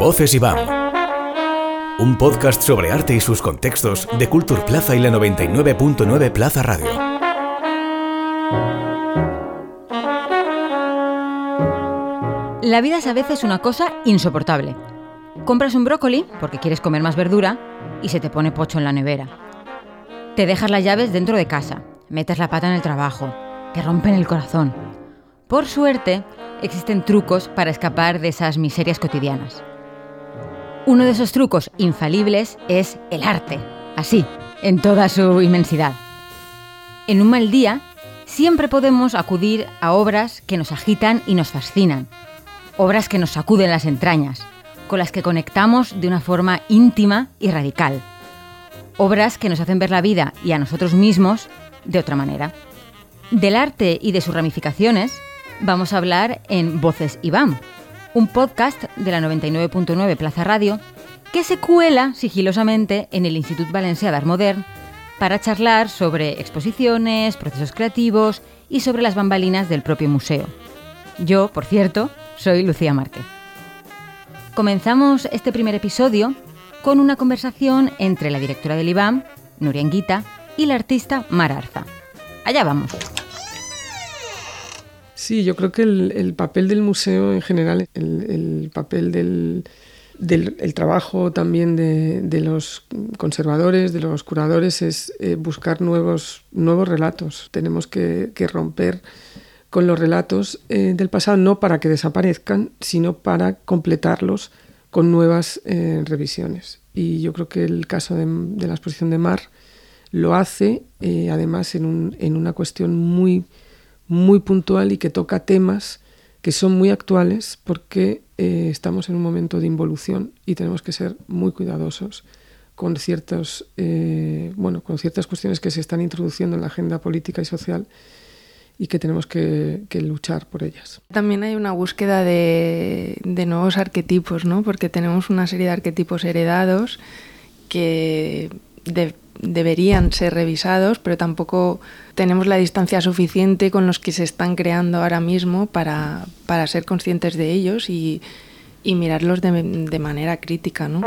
Voces IBAM. Un podcast sobre arte y sus contextos de Cultur Plaza y la 99.9 Plaza Radio. La vida es a veces una cosa insoportable. Compras un brócoli porque quieres comer más verdura y se te pone pocho en la nevera. Te dejas las llaves dentro de casa, metes la pata en el trabajo, te rompen el corazón. Por suerte, existen trucos para escapar de esas miserias cotidianas. Uno de esos trucos infalibles es el arte, así, en toda su inmensidad. En un mal día, siempre podemos acudir a obras que nos agitan y nos fascinan, obras que nos sacuden las entrañas, con las que conectamos de una forma íntima y radical, obras que nos hacen ver la vida y a nosotros mismos de otra manera. Del arte y de sus ramificaciones vamos a hablar en Voces IBAM, un podcast de la 99.9 Plaza Radio que se cuela sigilosamente en el Institut Valencià d'Art Modern para charlar sobre exposiciones, procesos creativos y sobre las bambalinas del propio museo. Yo, por cierto, soy Lucía Márquez. Comenzamos este primer episodio con una conversación entre la directora del IBAM, Núria Anguita, y la artista Mar Arza. Allá vamos. Sí, yo creo que el papel del museo en general, el papel del trabajo también de los conservadores, de los curadores, es buscar nuevos relatos. Tenemos que romper con los relatos del pasado, no para que desaparezcan, sino para completarlos con nuevas revisiones. Y yo creo que el caso de la exposición de Mar lo hace, además en una cuestión muy puntual y que toca temas que son muy actuales porque estamos en un momento de involución y tenemos que ser muy cuidadosos con ciertas cuestiones que se están introduciendo en la agenda política y social y que tenemos que luchar por ellas. También hay una búsqueda de nuevos arquetipos, ¿no? Porque tenemos una serie de arquetipos heredados que deberían ser revisados, pero tampoco tenemos la distancia suficiente con los que se están creando ahora mismo para ser conscientes de ellos y mirarlos de manera crítica, ¿no?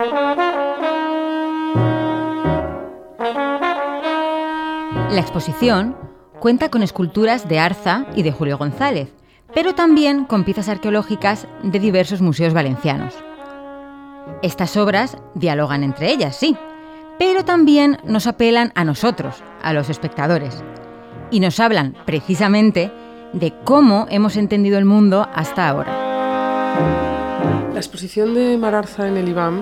La exposición cuenta con esculturas de Arza y de Julio González, pero también con piezas arqueológicas de diversos museos valencianos. Estas obras dialogan entre ellas, sí, pero también nos apelan a nosotros, a los espectadores, y nos hablan precisamente de cómo hemos entendido el mundo hasta ahora. La exposición de Mar Arza en el IBAM,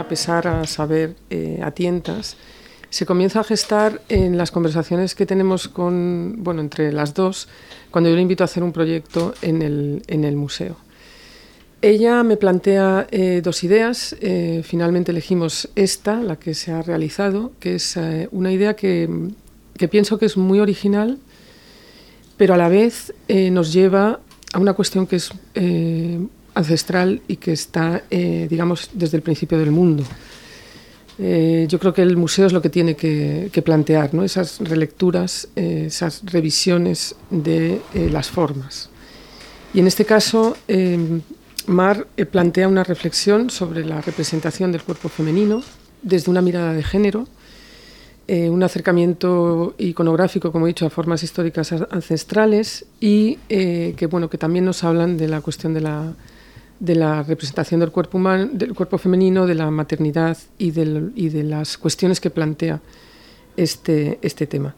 a tientas, se comienza a gestar en las conversaciones que tenemos entre las dos, cuando yo le invito a hacer un proyecto en el museo. Ella me plantea dos ideas, finalmente elegimos esta, la que se ha realizado, que es una idea que pienso que es muy original, pero a la vez nos lleva a una cuestión que es ancestral y que está, desde el principio del mundo. Yo creo que el museo es lo que tiene que plantear, ¿no? Esas relecturas, esas revisiones de las formas. Y en este caso, Mar plantea una reflexión sobre la representación del cuerpo femenino desde una mirada de género, un acercamiento iconográfico, como he dicho, a formas históricas ancestrales y que también nos hablan de la cuestión de la representación del cuerpo humano, del cuerpo femenino, de la maternidad y de las cuestiones que plantea este tema.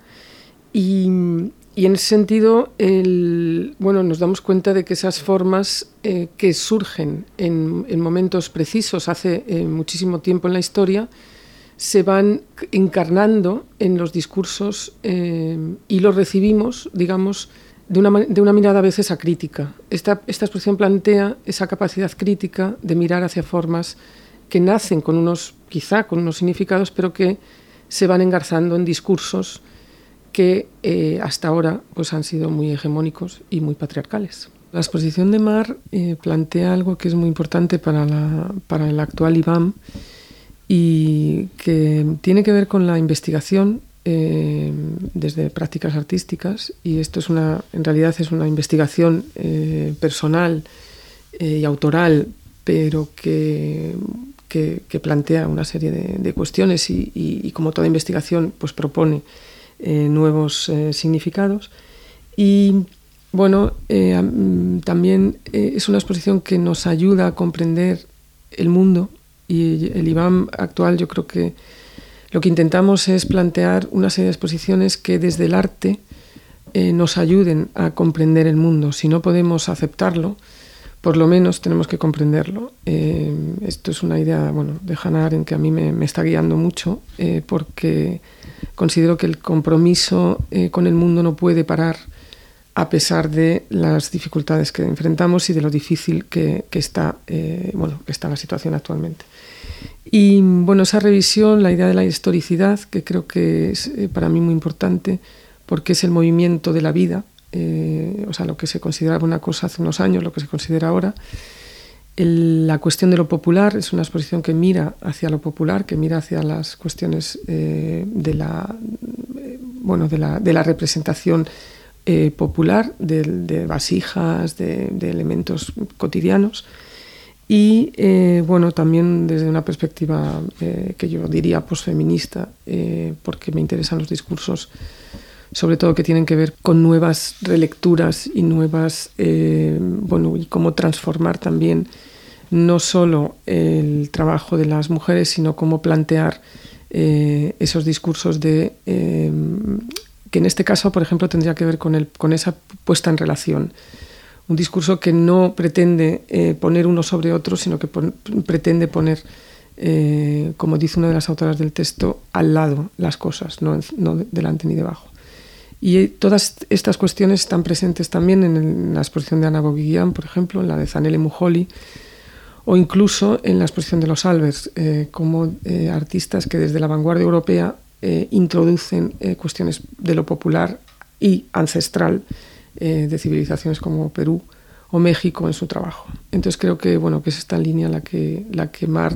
Y en ese sentido, nos damos cuenta de que esas formas que surgen en momentos precisos hace muchísimo tiempo en la historia se van encarnando en los discursos y los recibimos, de una mirada a veces acrítica. Esta exposición plantea esa capacidad crítica de mirar hacia formas que nacen con unos significados, pero que se van engarzando en discursos que hasta ahora han sido muy hegemónicos y muy patriarcales. La exposición de Mar plantea algo que es muy importante para el actual IBAM y que tiene que ver con la investigación desde prácticas artísticas, y esto en realidad es una investigación personal y autoral pero que plantea una serie de cuestiones y como toda investigación, pues propone nuevos significados. Y bueno, también es una exposición que nos ayuda a comprender el mundo, y el IBAM actual, yo creo que lo que intentamos es plantear una serie de exposiciones que desde el arte nos ayuden a comprender el mundo. Si no podemos aceptarlo, por lo menos tenemos que comprenderlo. Esto es una idea, bueno, de Hannah Arendt que a mí me está guiando mucho, porque considero que el compromiso con el mundo no puede parar a pesar de las dificultades que enfrentamos y de lo difícil que está la situación actualmente. Y bueno, esa revisión, la idea de la historicidad, que creo que es para mí muy importante, porque es el movimiento de la vida, lo que se consideraba una cosa hace unos años, lo que se considera ahora. La cuestión de lo popular es una exposición que mira hacia lo popular, que mira hacia las cuestiones de la representación popular, de vasijas, de elementos cotidianos. Y también desde una perspectiva que yo diría posfeminista, porque me interesan los discursos, sobre todo que tienen que ver con nuevas relecturas y nuevas, y cómo transformar también no solo el trabajo de las mujeres, sino cómo plantear esos discursos de que en este caso, por ejemplo, tendría que ver con esa puesta en relación. Un discurso que no pretende poner uno sobre otro, sino que pretende poner, como dice una de las autoras del texto, al lado las cosas, no delante ni debajo. Y todas estas cuestiones están presentes también en la exposición de Anna Boguighian, por ejemplo, en la de Zanele Mujoly, o incluso en la exposición de los Albers, como artistas que desde la vanguardia europea introducen cuestiones de lo popular y ancestral de civilizaciones como Perú o México en su trabajo. Entonces creo que es esta línea en la que Mar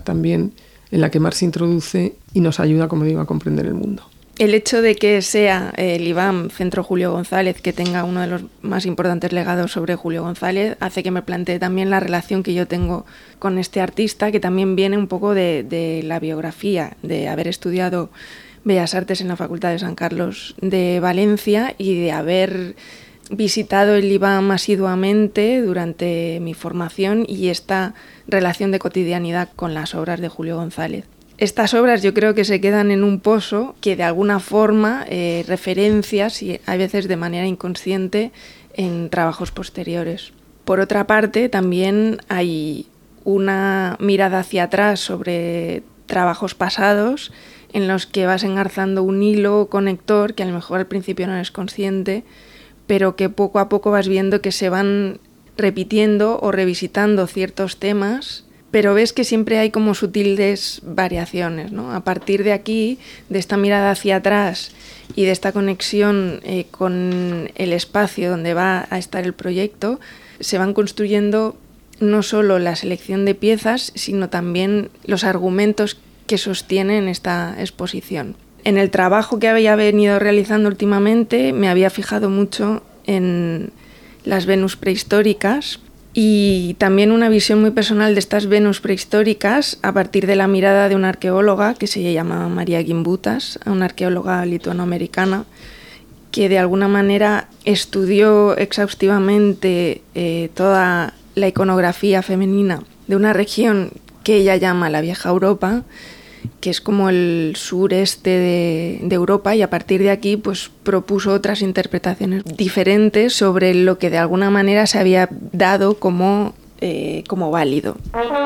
se introduce y nos ayuda, como digo, a comprender el mundo. El hecho de que sea el IBAM Centro Julio González que tenga uno de los más importantes legados sobre Julio González hace que me plantee también la relación que yo tengo con este artista, que también viene un poco de la biografía, de haber estudiado Bellas Artes en la Facultad de San Carlos de Valencia y de haber visitado el IBAM asiduamente durante mi formación y esta relación de cotidianidad con las obras de Julio González. Estas obras yo creo que se quedan en un pozo que de alguna forma referencias, y a veces de manera inconsciente, en trabajos posteriores. Por otra parte, también hay una mirada hacia atrás sobre trabajos pasados en los que vas engarzando un hilo conector que a lo mejor al principio no eres consciente, pero que poco a poco vas viendo que se van repitiendo o revisitando ciertos temas, pero ves que siempre hay como sutiles variaciones, ¿no? A partir de aquí, de esta mirada hacia atrás y de esta conexión con el espacio donde va a estar el proyecto, se van construyendo no solo la selección de piezas, sino también los argumentos que sostienen esta exposición. En el trabajo que había venido realizando últimamente me había fijado mucho en las Venus prehistóricas y también una visión muy personal de estas Venus prehistóricas a partir de la mirada de una arqueóloga que se llama María Gimbutas, una arqueóloga lituanoamericana que de alguna manera estudió exhaustivamente toda la iconografía femenina de una región que ella llama la Vieja Europa, que es como el sureste de Europa, y a partir de aquí pues propuso otras interpretaciones diferentes sobre lo que de alguna manera se había dado como válido.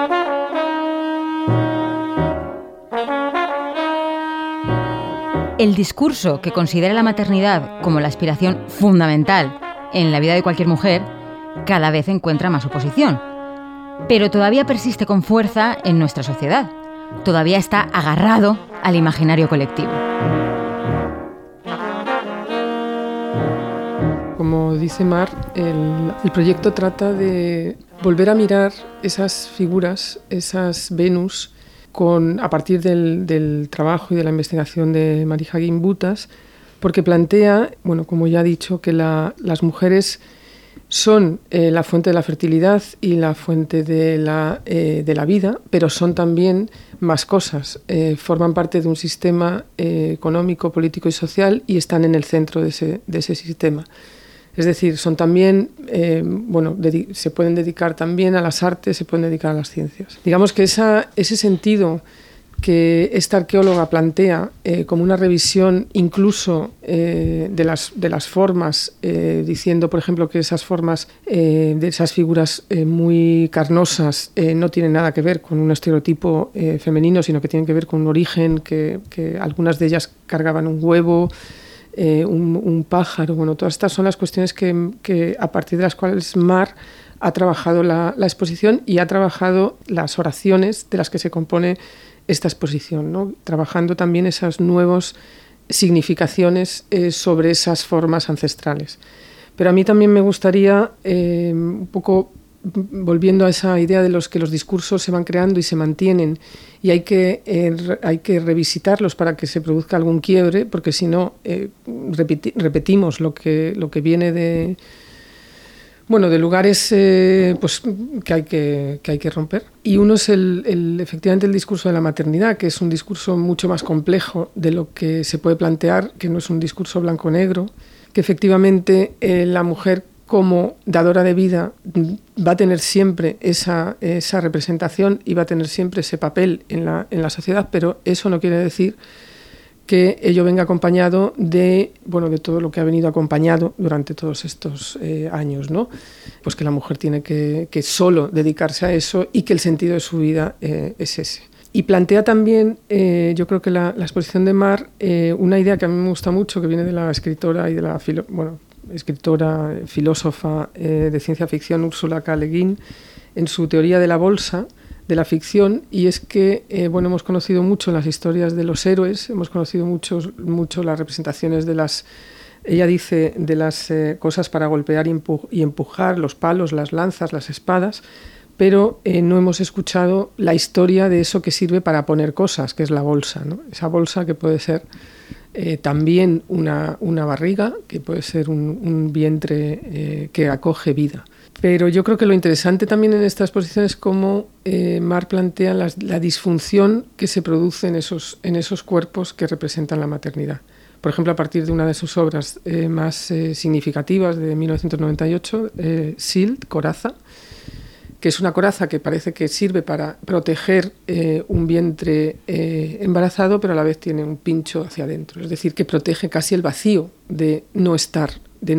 El discurso que considera la maternidad como la aspiración fundamental en la vida de cualquier mujer cada vez encuentra más oposición, pero todavía persiste con fuerza en nuestra sociedad. Todavía está agarrado al imaginario colectivo. Como dice Mar, el proyecto trata de volver a mirar esas figuras, esas Venus, a partir del trabajo y de la investigación de Marija Gimbutas, porque plantea, como ya he dicho, que las mujeres son la fuente de la fertilidad y la fuente de la vida, pero son también más cosas. Forman parte de un sistema económico, político y social y están en el centro de ese sistema. Es decir, son también, se pueden dedicar también a las artes, se pueden dedicar a las ciencias. Digamos que ese sentido que esta arqueóloga plantea como una revisión incluso de las formas, diciendo, por ejemplo, que esas formas de esas figuras muy carnosas no tienen nada que ver con un estereotipo femenino, sino que tienen que ver con un origen, que algunas de ellas cargaban un huevo, un pájaro. Bueno, todas estas son las cuestiones que a partir de las cuales Mar ha trabajado la exposición y ha trabajado las oraciones de las que se compone esta exposición, ¿no? Trabajando también esas nuevas significaciones sobre esas formas ancestrales. Pero a mí también me gustaría, un poco volviendo a esa idea de que los discursos se van creando y se mantienen y hay que revisitarlos para que se produzca algún quiebre, porque si no repetimos lo que viene de lugares que hay que romper. Y uno es efectivamente el discurso de la maternidad, que es un discurso mucho más complejo de lo que se puede plantear, que no es un discurso blanco-negro, que efectivamente la mujer como dadora de vida va a tener siempre esa representación y va a tener siempre ese papel en la sociedad, pero eso no quiere decir que ello venga acompañado de todo lo que ha venido acompañado durante todos estos años, ¿no? Pues que la mujer tiene que solo dedicarse a eso y que el sentido de su vida es ese. Y plantea también, yo creo que la exposición de Mar, una idea que a mí me gusta mucho, que viene de la escritora y de la escritora, filósofa de ciencia ficción Ursula K. Le Guin, en su teoría de la bolsa, de la ficción, y es que hemos conocido mucho las historias de los héroes, hemos conocido mucho las representaciones de las, ella dice, de las cosas para golpear y empujar, los palos, las lanzas, las espadas, pero no hemos escuchado la historia de eso que sirve para poner cosas, que es la bolsa, ¿no? Esa bolsa que puede ser también una barriga, que puede ser un vientre que acoge vida. Pero yo creo que lo interesante también en esta exposición es cómo Mar plantea la disfunción que se produce en esos cuerpos que representan la maternidad. Por ejemplo, a partir de una de sus obras más significativas de 1998, Silt, coraza, que es una coraza que parece que sirve para proteger un vientre embarazado, pero a la vez tiene un pincho hacia adentro. Es decir, que protege casi el vacío de no estar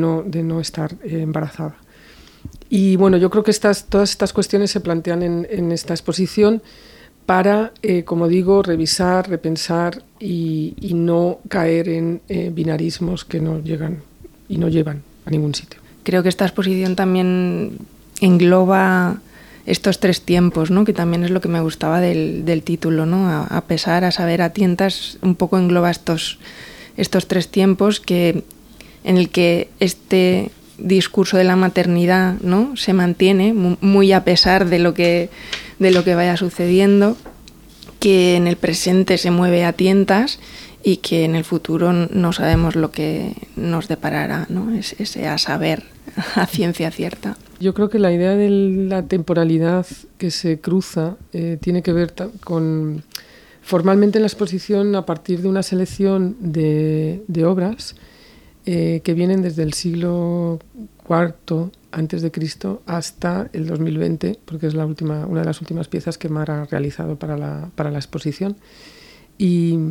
embarazada. Y yo creo que todas estas cuestiones se plantean en esta exposición para, como digo, revisar, repensar y no caer en binarismos que no llegan y no llevan a ningún sitio. Creo que esta exposición también engloba estos tres tiempos, ¿no? Que también es lo que me gustaba del título, ¿no? A pesar, a saber, a tientas, un poco engloba estos tres tiempos en el que este discurso de la maternidad, ¿no? Se mantiene muy a pesar de lo que vaya sucediendo, que en el presente se mueve a tientas y que en el futuro no sabemos lo que nos deparará, ¿no? Ese a saber a ciencia cierta. Yo creo que la idea de la temporalidad que se cruza tiene que ver con, formalmente en la exposición, a partir de una selección de obras que vienen desde el siglo IV antes de Cristo hasta el 2020, porque es una de las últimas piezas que Mar ha realizado para la exposición. Y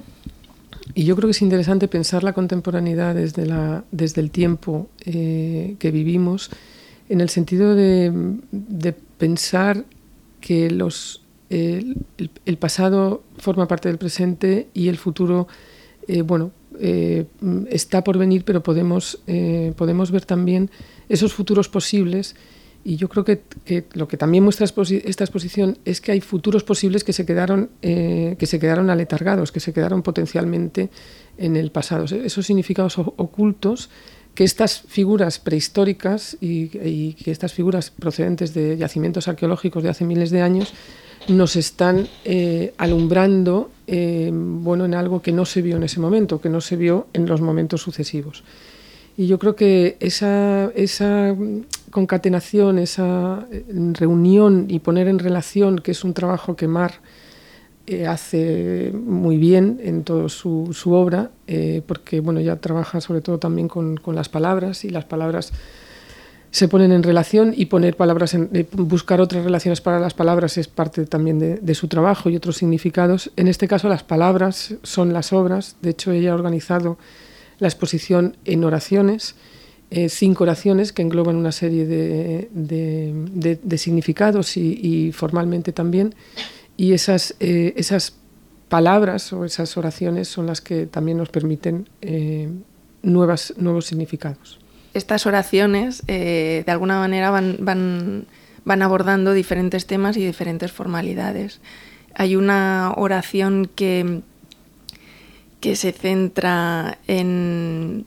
yo creo que es interesante pensar la contemporaneidad desde el tiempo que vivimos, en el sentido de pensar que el pasado forma parte del presente y el futuro está por venir, pero podemos ver también esos futuros posibles. Y yo creo que lo que también muestra esta exposición es que hay futuros posibles que se quedaron aletargados, que se quedaron potencialmente en el pasado. Esos significados ocultos que estas figuras prehistóricas y que estas figuras procedentes de yacimientos arqueológicos de hace miles de años nos están alumbrando en algo que no se vio en ese momento, que no se vio en los momentos sucesivos. Y yo creo que esa concatenación, esa reunión y poner en relación, que es un trabajo que Mar hace muy bien en toda su obra, porque bueno, ella trabaja sobre todo también con las palabras, y las palabras se ponen en relación, y poner palabras buscar otras relaciones para las palabras es parte también de su trabajo, y otros significados. En este caso las palabras son las obras. De hecho, ella ha organizado la exposición en oraciones, 5 oraciones que engloban una serie de significados y formalmente también, y esas palabras o esas oraciones son las que también nos permiten nuevos significados. Estas oraciones de alguna manera van abordando diferentes temas y diferentes formalidades. Hay una oración que se centra en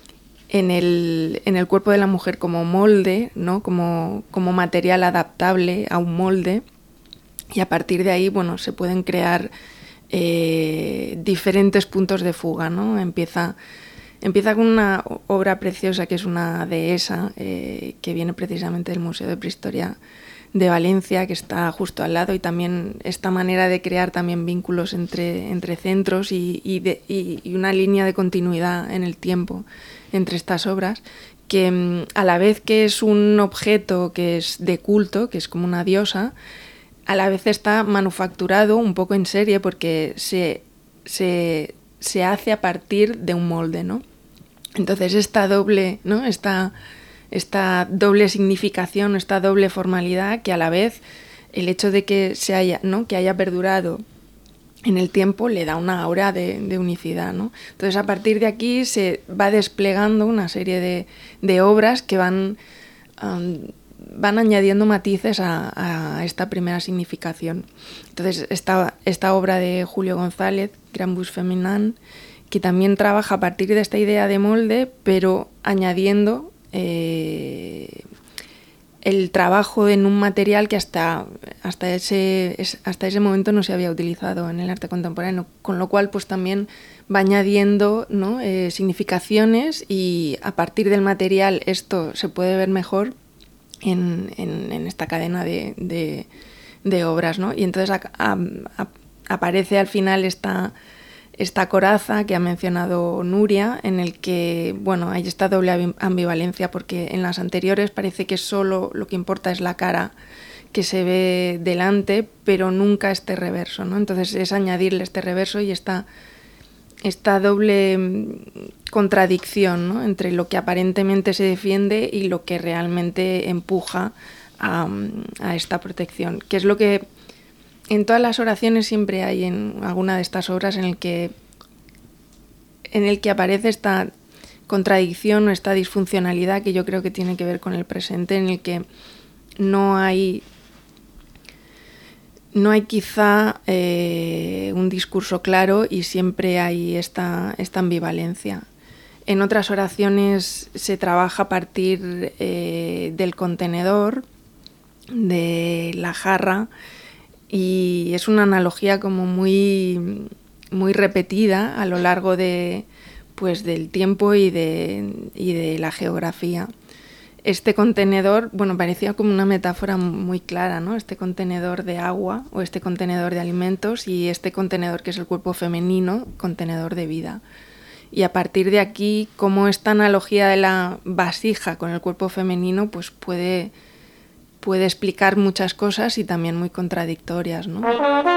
el cuerpo de la mujer como molde, ¿no? como material adaptable a un molde, y a partir de ahí, bueno, se pueden crear diferentes puntos de fuga, ¿no? Empieza con una obra preciosa que es una dehesa que viene precisamente del Museo de Prehistoria de Valencia, que está justo al lado, y también esta manera de crear también vínculos entre centros y una línea de continuidad en el tiempo entre estas obras, que a la vez que es un objeto que es de culto, que es como una diosa, a la vez está manufacturado un poco en serie, porque se hace a partir de un molde, ¿no? Entonces esta doble, ¿no? esta doble significación, esta doble formalidad, que a la vez el hecho de que que haya perdurado en el tiempo le da una aura de unicidad, ¿no? Entonces a partir de aquí se va desplegando una serie de obras que van añadiendo matices a esta primera significación. Entonces esta obra de Julio González, Gran Bus Feminin, que también trabaja a partir de esta idea de molde, pero añadiendo el trabajo en un material que hasta ese momento no se había utilizado en el arte contemporáneo, con lo cual pues también va añadiendo, ¿no? Significaciones, y a partir del material esto se puede ver mejor en esta cadena de obras, ¿no? Y entonces aparece al final esta coraza que ha mencionado Nuria, en el que, bueno, hay esta doble ambivalencia, porque en las anteriores parece que solo lo que importa es la cara que se ve delante, pero nunca este reverso, ¿no? Entonces es añadirle este reverso y esta doble contradicción, ¿no? Entre lo que aparentemente se defiende y lo que realmente empuja a esta protección, que es lo que en todas las oraciones siempre hay, en alguna de estas obras, en el que aparece esta contradicción o esta disfuncionalidad, que yo creo que tiene que ver con el presente, en el que no hay quizá un discurso claro, y siempre hay esta ambivalencia. En otras oraciones se trabaja a partir del contenedor, de la jarra, y es una analogía como muy, muy repetida a lo largo del tiempo y de la geografía. Este contenedor, bueno, parecía como una metáfora muy clara, ¿no? Este contenedor de agua o este contenedor de alimentos, y este contenedor que es el cuerpo femenino, contenedor de vida. Y a partir de aquí, como esta analogía de la vasija con el cuerpo femenino, pues puede explicar muchas cosas, y también muy contradictorias, ¿no?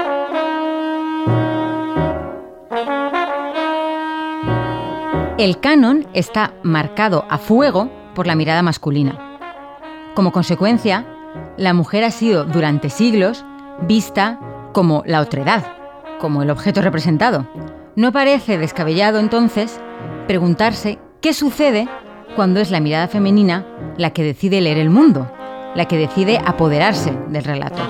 El canon está marcado a fuego por la mirada masculina. Como consecuencia, la mujer ha sido durante siglos vista como la otredad, como el objeto representado. No parece descabellado entonces preguntarse qué sucede cuando es la mirada femenina la que decide leer el mundo, la que decide apoderarse del relato.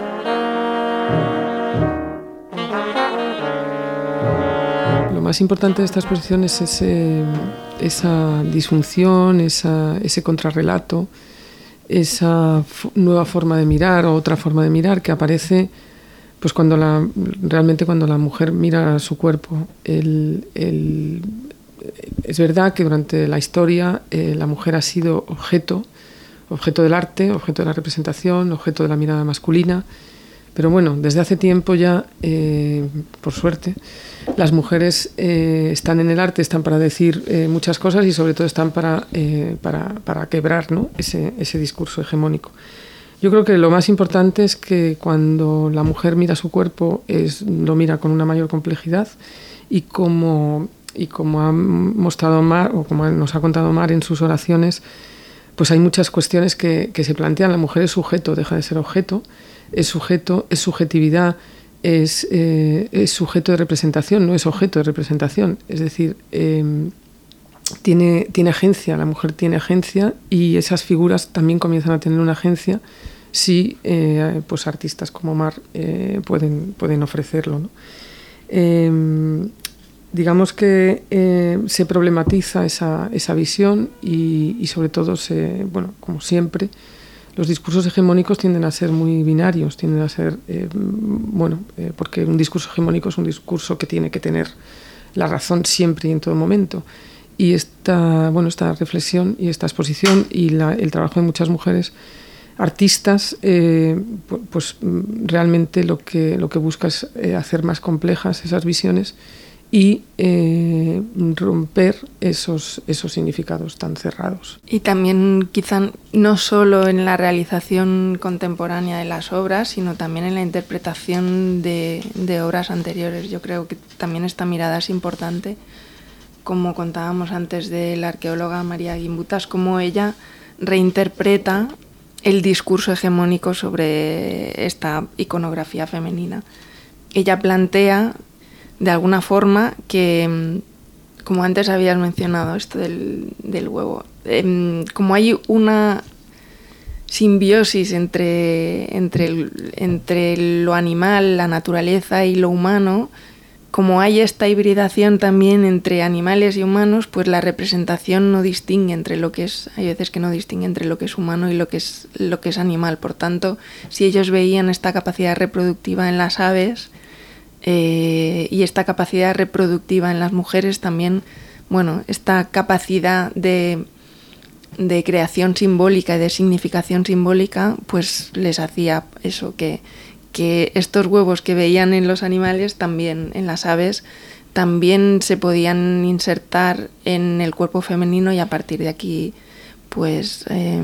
Lo más importante de esta exposición es esa disfunción, ese contrarrelato, esa nueva forma de mirar o otra forma de mirar que aparece pues realmente cuando la mujer mira su cuerpo. El es verdad que durante la historia la mujer ha sido objeto del arte, objeto de la representación, objeto de la mirada masculina. Pero bueno, desde hace tiempo ya, por suerte, las mujeres están en el arte, están para decir muchas cosas y sobre todo están para quebrar, ¿no?, ese discurso hegemónico. Yo creo que lo más importante es que cuando la mujer mira su cuerpo lo mira con una mayor complejidad y como ha mostrado Mar, o como nos ha contado Mar en sus oraciones, pues hay muchas cuestiones que se plantean. La mujer es sujeto, deja de ser objeto, es sujeto, es subjetividad, es sujeto de representación, no es objeto de representación. Es decir, tiene agencia, la mujer tiene agencia y esas figuras también comienzan a tener una agencia si pues artistas como Mar pueden ofrecerlo, ¿no? Digamos que se problematiza esa visión y sobre todo, bueno, como siempre, los discursos hegemónicos tienden a ser muy binarios, tienden a ser, porque un discurso hegemónico es un discurso que tiene que tener la razón siempre y en todo momento. Y esta reflexión y esta exposición y el trabajo de muchas mujeres artistas, pues realmente lo que busca es hacer más complejas esas visiones y romper esos significados tan cerrados. Y también quizá no solo en la realización contemporánea de las obras, sino también en la interpretación de obras anteriores. Yo creo que también esta mirada es importante, como contábamos antes de la arqueóloga María Guimbutas, cómo ella reinterpreta el discurso hegemónico sobre esta iconografía femenina. Ella plantea de alguna forma que, como antes habías mencionado esto del huevo, como hay una simbiosis entre lo animal, la naturaleza y lo humano, como hay esta hibridación también entre animales y humanos, pues la representación no distingue entre lo que es, hay veces que no distingue entre lo que es humano y lo que es animal. Por tanto, si ellos veían esta capacidad reproductiva en las aves y esta capacidad reproductiva en las mujeres, también, bueno, esta capacidad de creación simbólica y de significación simbólica, pues les hacía eso, que estos huevos que veían en los animales, también en las aves, también se podían insertar en el cuerpo femenino y a partir de aquí pues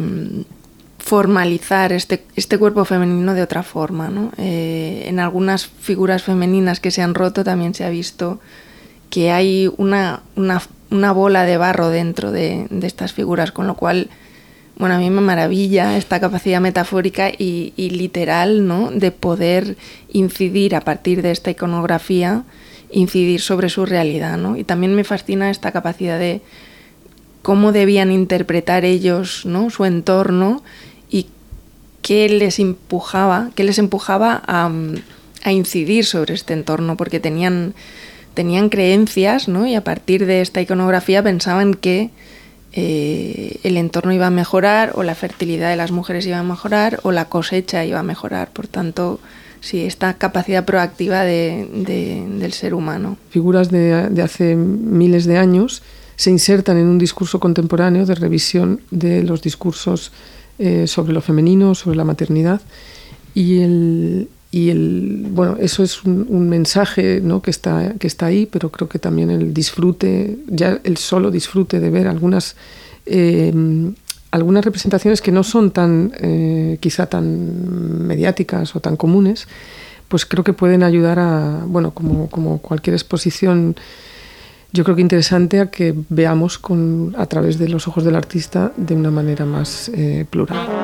formalizar este cuerpo femenino de otra forma, ¿no? En algunas figuras femeninas que se han roto también se ha visto que hay una bola de barro dentro de estas figuras, con lo cual, bueno, a mí me maravilla esta capacidad metafórica y literal, ¿no?, de poder incidir a partir de esta iconografía, incidir sobre su realidad, ¿no? Y también me fascina esta capacidad de cómo debían interpretar ellos, ¿no?, su entorno y qué les empujaba a incidir sobre este entorno, porque tenían creencias, ¿no?, y a partir de esta iconografía pensaban que el entorno iba a mejorar, o la fertilidad de las mujeres iba a mejorar, o la cosecha iba a mejorar. Por tanto, sí, esta capacidad proactiva del ser humano. Figuras de hace miles de años se insertan en un discurso contemporáneo de revisión de los discursos sobre lo femenino, sobre la maternidad, bueno, eso es un mensaje, ¿no?, que está ahí, pero creo que también el disfrute, ya el solo disfrute de ver algunas representaciones que no son quizá tan mediáticas o tan comunes, pues creo que pueden ayudar a, bueno, como cualquier exposición, yo creo que interesante, a que veamos a través de los ojos del artista de una manera más plural.